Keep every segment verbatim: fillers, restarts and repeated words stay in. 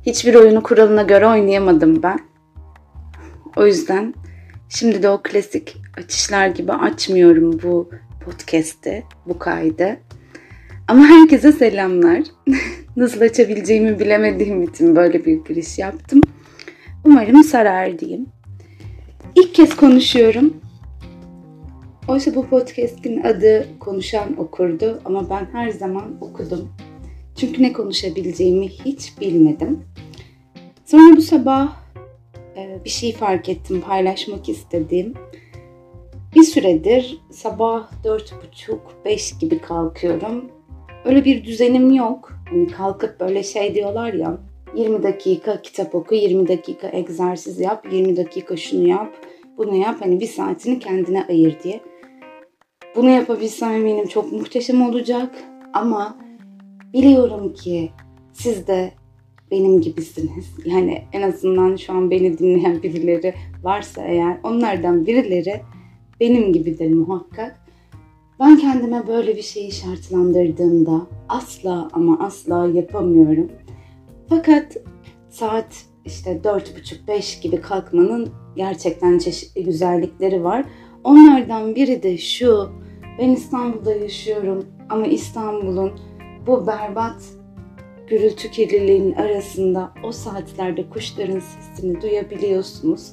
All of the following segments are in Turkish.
Hiçbir oyunu kuralına göre oynayamadım ben. O yüzden şimdi de o klasik açışlar gibi açmıyorum bu podcast'i, bu kaydı. Ama herkese selamlar. Nasıl açabileceğimi bilemediğim için böyle bir giriş yaptım. Umarım sarar diyeyim. İlk kez konuşuyorum. Oysa bu podcast'in adı Konuşan Okurdu ama ben her zaman okudum. Çünkü ne konuşabileceğimi hiç bilmedim. Sonra bu sabah bir şey fark ettim, paylaşmak istediğim. Bir süredir sabah dört buçuk beş gibi kalkıyorum. Öyle bir düzenim yok. Hani kalkıp böyle şey diyorlar ya, yirmi dakika kitap oku, yirmi dakika egzersiz yap, yirmi dakika şunu yap, bunu yap. Hani bir saatini kendine ayır diye. Bunu yapabilsem eminim çok muhteşem olacak. Ama biliyorum ki siz de benim gibisiniz. Yani en azından şu an beni dinleyen birileri varsa eğer, onlardan birileri benim gibidir muhakkak. Ben kendime böyle bir şeyi şartlandırdığımda asla ama asla yapamıyorum. Fakat saat işte dört buçuk beş gibi kalkmanın gerçekten çeşitli güzellikleri var. Onlardan biri de şu: ben İstanbul'da yaşıyorum ama İstanbul'un bu berbat gürültü kirliliğinin arasında o saatlerde kuşların sesini duyabiliyorsunuz.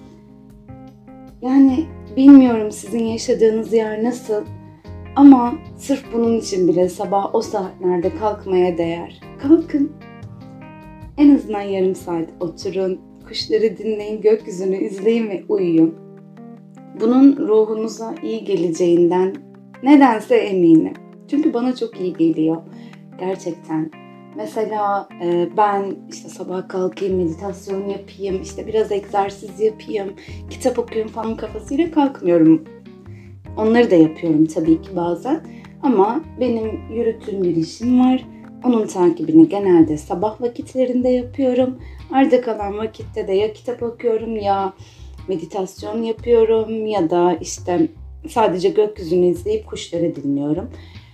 Yani bilmiyorum sizin yaşadığınız yer nasıl ama sırf bunun için bile sabah o saatlerde kalkmaya değer. Kalkın. En azından yarım saat oturun, kuşları dinleyin, gökyüzünü izleyin ve uyuyun. Bunun ruhunuza iyi geleceğinden nedense eminim. Çünkü bana çok iyi geliyor. Gerçekten. Mesela e, ben işte sabah kalkayım, meditasyon yapayım, işte biraz egzersiz yapayım, kitap okuyayım falan kafasıyla kalkmıyorum. Onları da yapıyorum tabii ki bazen. Ama benim yürüttüğüm bir işim var. Onun takibini genelde sabah vakitlerinde yapıyorum. Arda kalan vakitte de ya kitap okuyorum ya meditasyon yapıyorum ya da işte sadece gökyüzünü izleyip kuşları dinliyorum.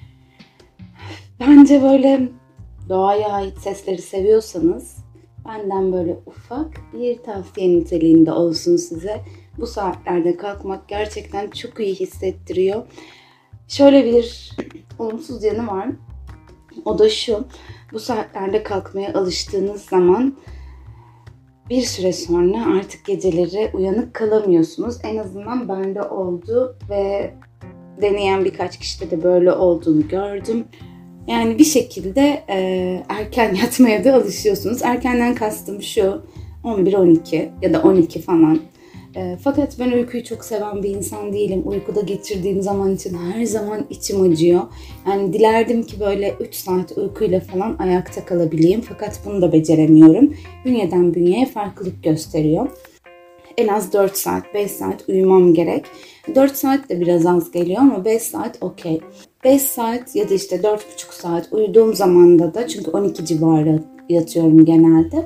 Bence böyle doğaya ait sesleri seviyorsanız benden böyle ufak bir tavsiye niteliğinde olsun size. Bu saatlerde kalkmak gerçekten çok iyi hissettiriyor. Şöyle bir olumsuz yanı var. O da şu: bu saatlerde kalkmaya alıştığınız zaman bir süre sonra artık geceleri uyanık kalamıyorsunuz. En azından bende oldu ve deneyen birkaç kişide de böyle olduğunu gördüm. Yani bir şekilde e, erken yatmaya da alışıyorsunuz. Erkenden kastım şu: on bir on iki ya da on iki falan. E, fakat ben uykuyu çok seven bir insan değilim. Uykuda geçirdiğim zaman için her zaman içim acıyor. Yani dilerdim ki böyle üç saat uykuyla falan ayakta kalabileyim. Fakat bunu da beceremiyorum. Bünyeden bünyeye farklılık gösteriyor. En az dört saat, beş saat uyumam gerek. dört saat de biraz az geliyor ama beş saat okey. beş saat ya da işte dört buçuk saat uyuduğum zamanda da, çünkü on iki civarı yatıyorum genelde,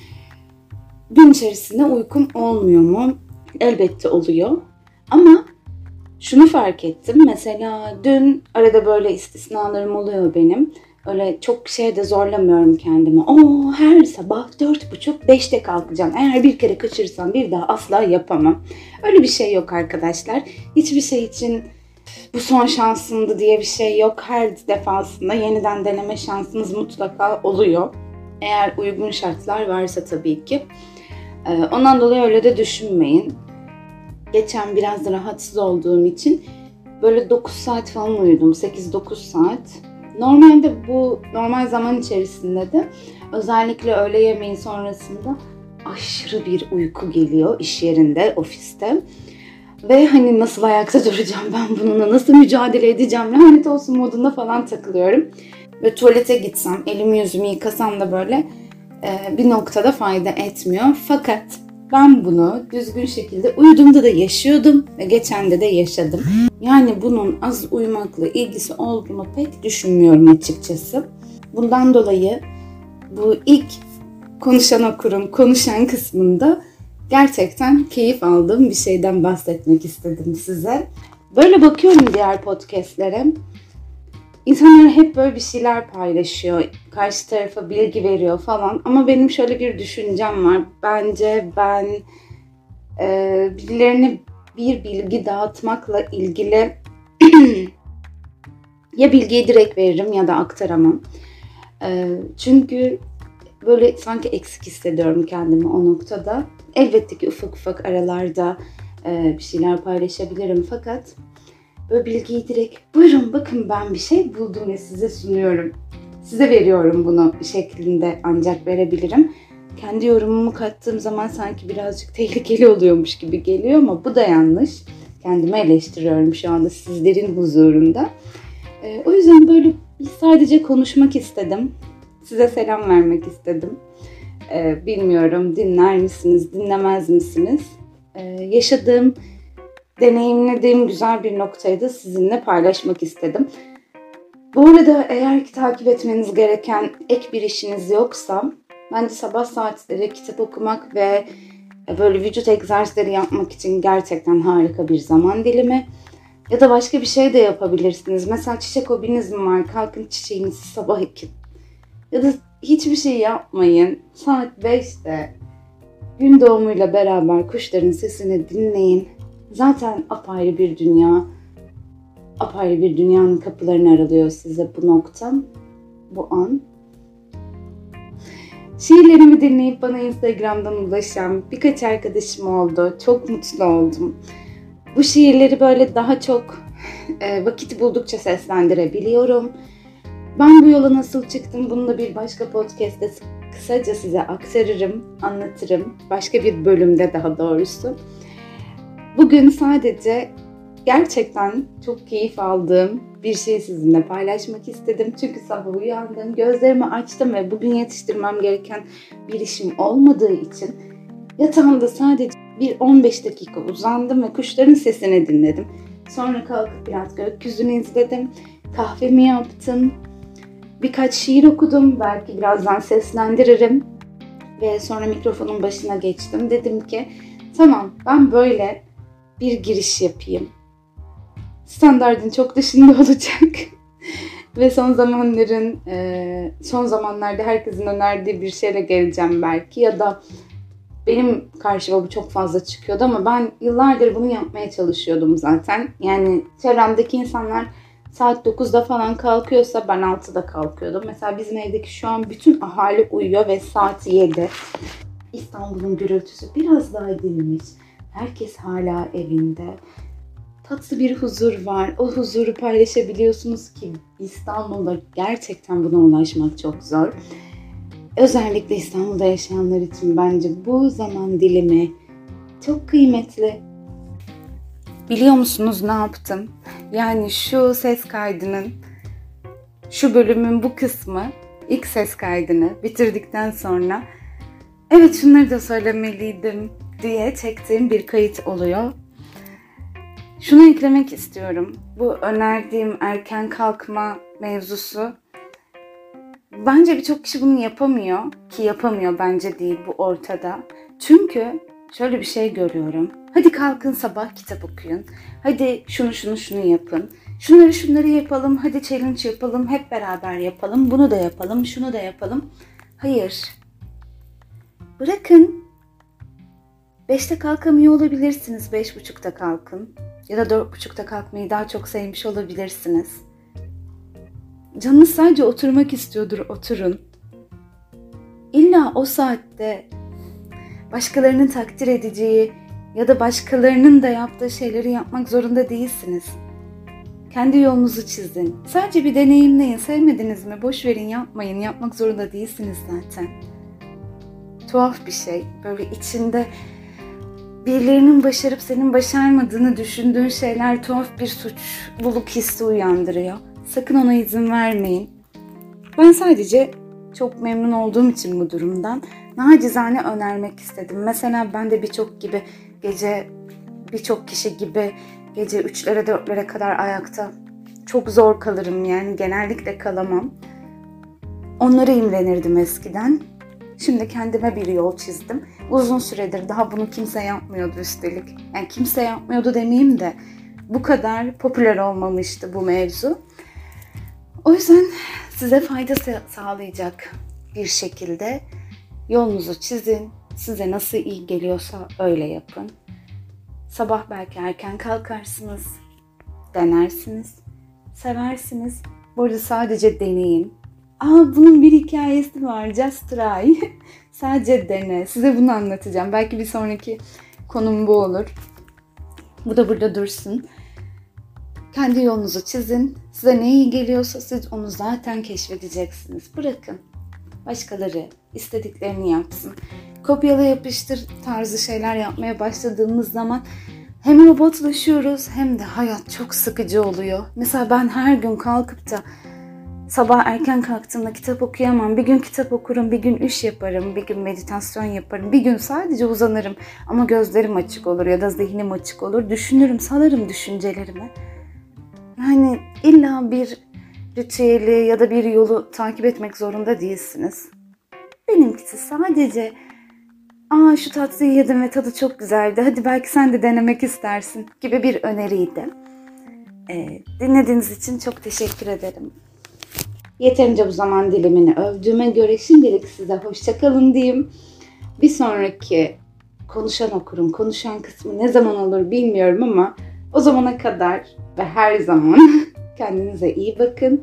gün içerisinde uykum olmuyor mu? Elbette oluyor. Ama şunu fark ettim. Mesela dün arada böyle istisnalarım oluyor benim. Öyle çok şeyde zorlamıyorum kendimi. Oo, her sabah dört buçuk beşte kalkacağım. Eğer bir kere kaçırırsam bir daha asla yapamam. Öyle bir şey yok arkadaşlar. Hiçbir şey için bu son şansımdı diye bir şey yok. Her defasında yeniden deneme şansınız mutlaka oluyor. Eğer uygun şartlar varsa tabii ki. Ondan dolayı öyle de düşünmeyin. Geçen biraz rahatsız olduğum için böyle dokuz saat falan uyudum. sekiz dokuz saat. Normalde bu normal zaman içerisinde de özellikle öğle yemeği sonrasında aşırı bir uyku geliyor iş yerinde, ofiste. Ve hani nasıl ayakta duracağım ben bununla, nasıl mücadele edeceğim, lanet olsun modunda falan takılıyorum. Ve tuvalete gitsem, elimi yüzümü yıkasam da böyle e, bir noktada fayda etmiyor. Fakat ben bunu düzgün şekilde uyuduğumda da yaşıyordum ve geçen de de yaşadım. Yani bunun az uyumakla ilgisi olduğunu pek düşünmüyorum açıkçası. Bundan dolayı bu ilk konuşan okurum, konuşan kısmında gerçekten keyif aldığım bir şeyden bahsetmek istedim size. Böyle bakıyorum diğer podcastlere. İnsanlar hep böyle bir şeyler paylaşıyor, karşı tarafa bilgi veriyor falan. Ama benim şöyle bir düşüncem var. Bence ben e, birilerine bir bilgi dağıtmakla ilgili ya bilgiyi direkt veririm ya da aktaramam. E, çünkü böyle sanki eksik hissediyorum kendimi o noktada. Elbette ki ufak ufak aralarda e, bir şeyler paylaşabilirim fakat böyle bilgiyi direkt buyurun bakın ben bir şey buldum ve size sunuyorum. Size veriyorum bunu şeklinde ancak verebilirim. Kendi yorumumu kattığım zaman sanki birazcık tehlikeli oluyormuş gibi geliyor ama bu da yanlış. Kendimi eleştiriyorum şu anda sizlerin huzurunda. E, o yüzden böyle sadece konuşmak istedim. Size selam vermek istedim. E, bilmiyorum dinler misiniz, dinlemez misiniz? E, yaşadığım, deneyimlediğim güzel bir noktayı da sizinle paylaşmak istedim. Bu arada eğer ki takip etmeniz gereken ek bir işiniz yoksa bence sabah saatleri kitap okumak ve böyle vücut egzersizleri yapmak için gerçekten harika bir zaman dilimi. Ya da başka bir şey de yapabilirsiniz. Mesela çiçek hobiniz mi var? Kalkın çiçeğinizi sabah ekin. Ya da hiçbir şey yapmayın. Saat beşte gün doğumuyla beraber kuşların sesini dinleyin. Zaten apayrı bir dünya, apayrı bir dünyanın kapılarını aralıyor size bu nokta, bu an. Şiirlerimi dinleyip bana Instagram'dan ulaşan birkaç arkadaşım oldu. Çok mutlu oldum. Bu şiirleri böyle daha çok e, vakit buldukça seslendirebiliyorum. Ben bu yola nasıl çıktım bunu da bir başka podcast'te kısaca size aktarırım, anlatırım. Başka bir bölümde daha doğrusu. Bugün sadece gerçekten çok keyif aldığım bir şey sizinle paylaşmak istedim. Çünkü sabah uyandım, gözlerimi açtım ve bugün yetiştirmem gereken bir işim olmadığı için yatağımda sadece bir on beş dakika uzandım ve kuşların sesini dinledim. Sonra kalkıp biraz gökyüzünü izledim, kahvemi yaptım, birkaç şiir okudum, belki birazdan seslendiririm ve sonra mikrofonun başına geçtim. Dedim ki tamam ben böyle bir giriş yapayım. Standardın çok dışında olacak. Ve son zamanların, son zamanlarda herkesin önerdiği bir şeyle geleceğim belki. Ya da benim karşıma bu çok fazla çıkıyordu ama ben yıllardır bunu yapmaya çalışıyordum zaten. Yani çevremdeki insanlar saat dokuzda falan kalkıyorsa ben altıda kalkıyordum. Mesela bizim evdeki şu an bütün ahali uyuyor ve saat yedi. İstanbul'un gürültüsü biraz daha dinmiş. Herkes hala evinde. Tatlı bir huzur var. O huzuru paylaşabiliyorsunuz ki İstanbul'da gerçekten buna ulaşmak çok zor. Özellikle İstanbul'da yaşayanlar için bence bu zaman dilimi çok kıymetli. Biliyor musunuz ne yaptım? Yani şu ses kaydının, şu bölümün bu kısmı, ilk ses kaydını bitirdikten sonra evet şunları da söylemeliydim diye çektiğim bir kayıt oluyor. Şunu eklemek istiyorum. Bu önerdiğim erken kalkma mevzusu. Bence birçok kişi bunu yapamıyor. Ki yapamıyor bence değil bu ortada. Çünkü şöyle bir şey görüyorum. Hadi kalkın sabah kitap okuyun. Hadi şunu şunu şunu yapın. Şunları şunları yapalım. Hadi challenge yapalım. Hep beraber yapalım. Bunu da yapalım. Şunu da yapalım. Hayır. Bırakın. Beşte kalkamıyor olabilirsiniz. Beş buçukta kalkın. Ya da dört buçukta kalkmayı daha çok sevmiş olabilirsiniz. Canınız sadece oturmak istiyordur, oturun. İlla o saatte başkalarının takdir edeceği ya da başkalarının da yaptığı şeyleri yapmak zorunda değilsiniz. Kendi yolunuzu çizin. Sadece bir deneyimleyin. Sevmediniz mi? Boş verin, yapmayın. Yapmak zorunda değilsiniz zaten. Tuhaf bir şey. Böyle içinde birilerinin başarıp senin başarmadığını düşündüğün şeyler tuhaf bir suçluluk hissi uyandırıyor. Sakın ona izin vermeyin. Ben sadece çok memnun olduğum için bu durumdan nacizane önermek istedim. Mesela ben de birçok gibi gece birçok kişi gibi gece üçlere dörtlere kadar ayakta çok zor kalırım yani genellikle kalamam. Onlara imrenirdim eskiden. Şimdi kendime bir yol çizdim. Uzun süredir daha bunu kimse yapmıyordu üstelik. Yani kimse yapmıyordu demeyeyim de bu kadar popüler olmamıştı bu mevzu. O yüzden size fayda sağlayacak bir şekilde yolunuzu çizin. Size nasıl iyi geliyorsa öyle yapın. Sabah belki erken kalkarsınız, denersiniz, seversiniz. Bu arada sadece deneyin. Aa, bunun bir hikayesi var. Just try. Sadece dene. Size bunu anlatacağım. Belki bir sonraki konum bu olur. Bu da burada dursun. Kendi yolunuzu çizin. Size ne iyi geliyorsa siz onu zaten keşfedeceksiniz. Bırakın başkaları istediklerini yapsın. Kopyala yapıştır tarzı şeyler yapmaya başladığımız zaman hem robotlaşıyoruz hem de hayat çok sıkıcı oluyor. Mesela ben her gün kalkıp da sabah erken kalktığımda kitap okuyamam. Bir gün kitap okurum, bir gün iş yaparım, bir gün meditasyon yaparım, bir gün sadece uzanırım. Ama gözlerim açık olur ya da zihnim açık olur. Düşünürüm, salarım düşüncelerimi. Yani illa bir ritüeli ya da bir yolu takip etmek zorunda değilsiniz. Benimkisi sadece ''Aa, şu tatlıyı yedim ve tadı çok güzeldi. Hadi belki sen de denemek istersin.'' gibi bir öneriydi. Ee, dinlediğiniz için çok teşekkür ederim. Yeterince bu zaman dilimini övdüğüme göre şimdilik size hoşça kalın diyeyim. Bir sonraki konuşan okurum, konuşan kısmı ne zaman olur bilmiyorum ama o zamana kadar ve her zaman kendinize iyi bakın.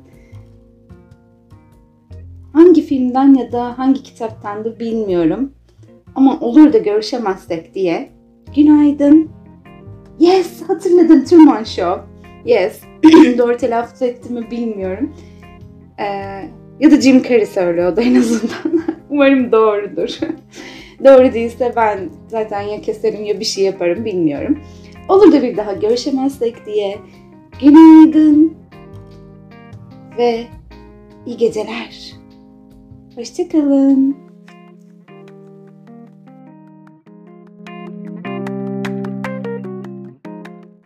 Hangi filmden ya da hangi kitaptan da bilmiyorum. Ama olur da görüşemezsek diye. Günaydın. Yes, hatırladım, Truman Show. Yes, doğru telaffuz ettiğimi bilmiyorum. Ee, ya da Jim Carrey söylüyordu en azından. Umarım doğrudur. Doğru değilse ben zaten ya keserim ya bir şey yaparım, bilmiyorum. Olur da bir daha görüşemezsek diye. Günaydın. Ve iyi geceler. Hoşça kalın.